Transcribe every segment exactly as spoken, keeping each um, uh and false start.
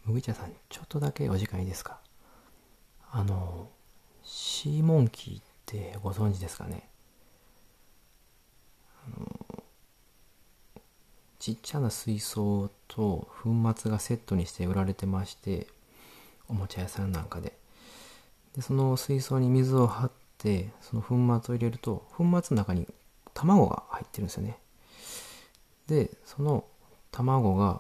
麦茶さん、ちょっとだけお時間いいですか？あの、シーモンキーってご存知ですかね？ちっちゃな水槽と粉末がセットにして売られてまして、おもちゃ屋さんなんかで。で、その水槽に水を張って、その粉末を入れると、粉末の中に卵が入ってるんですよね。で、その卵が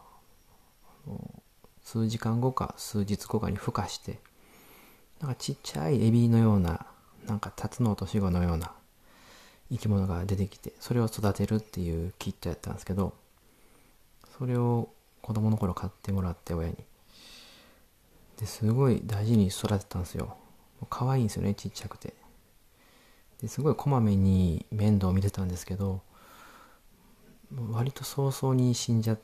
数時間後か数日後かに孵化して、なんかちっちゃいエビのような、なんかタツノオトシゴのような生き物が出てきて、それを育てるっていうキットやったんですけど、それを子供の頃買ってもらって親に。ですごい大事に育てたんですよ。可愛いんですよね、ちっちゃくて。ですごいこまめに面倒を見てたんですけど、割と早々に死んじゃって、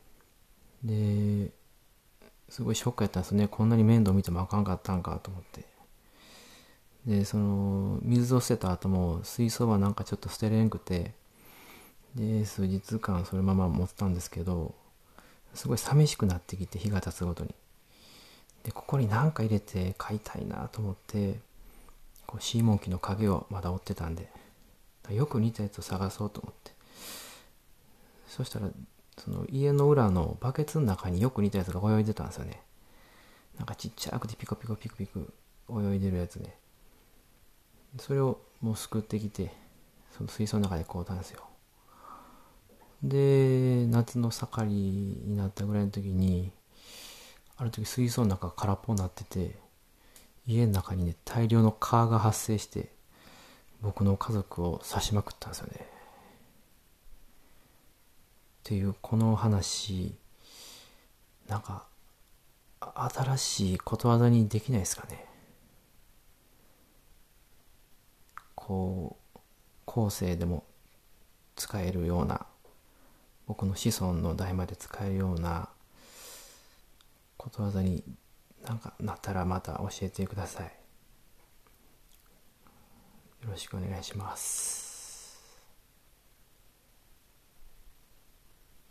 ですごいショックやったんですね。こんなに面倒見てもあかんかったんかと思って。で、その水を捨てた後も水槽はなんかちょっと捨てれんくて、で数日間そのまま持ってたんですけど、すごい寂しくなってきて、日が経つごとに。でここに何か入れて飼いたいなと思って、こうシーモンキーの影をまだ追ってたんで、よく似たやつを探そうと思って、そしたらその家の裏のバケツの中によく似たやつが泳いでたんですよね。なんかちっちゃくてピコピコピコピコ泳いでるやつね。それをもうすくってきて、その水槽の中で買うたんですよ。で夏の盛りになったぐらいの時に、ある時水槽の中が空っぽになってて、家の中にね大量の蚊が発生して、僕の家族を刺しまくったんですよね。っていうこの話、なんか新しいことわざにできないですかね？こう後世でも使えるような、僕の子孫の代まで使えるようなことわざになんかなったらまた教えてください。よろしくお願いします。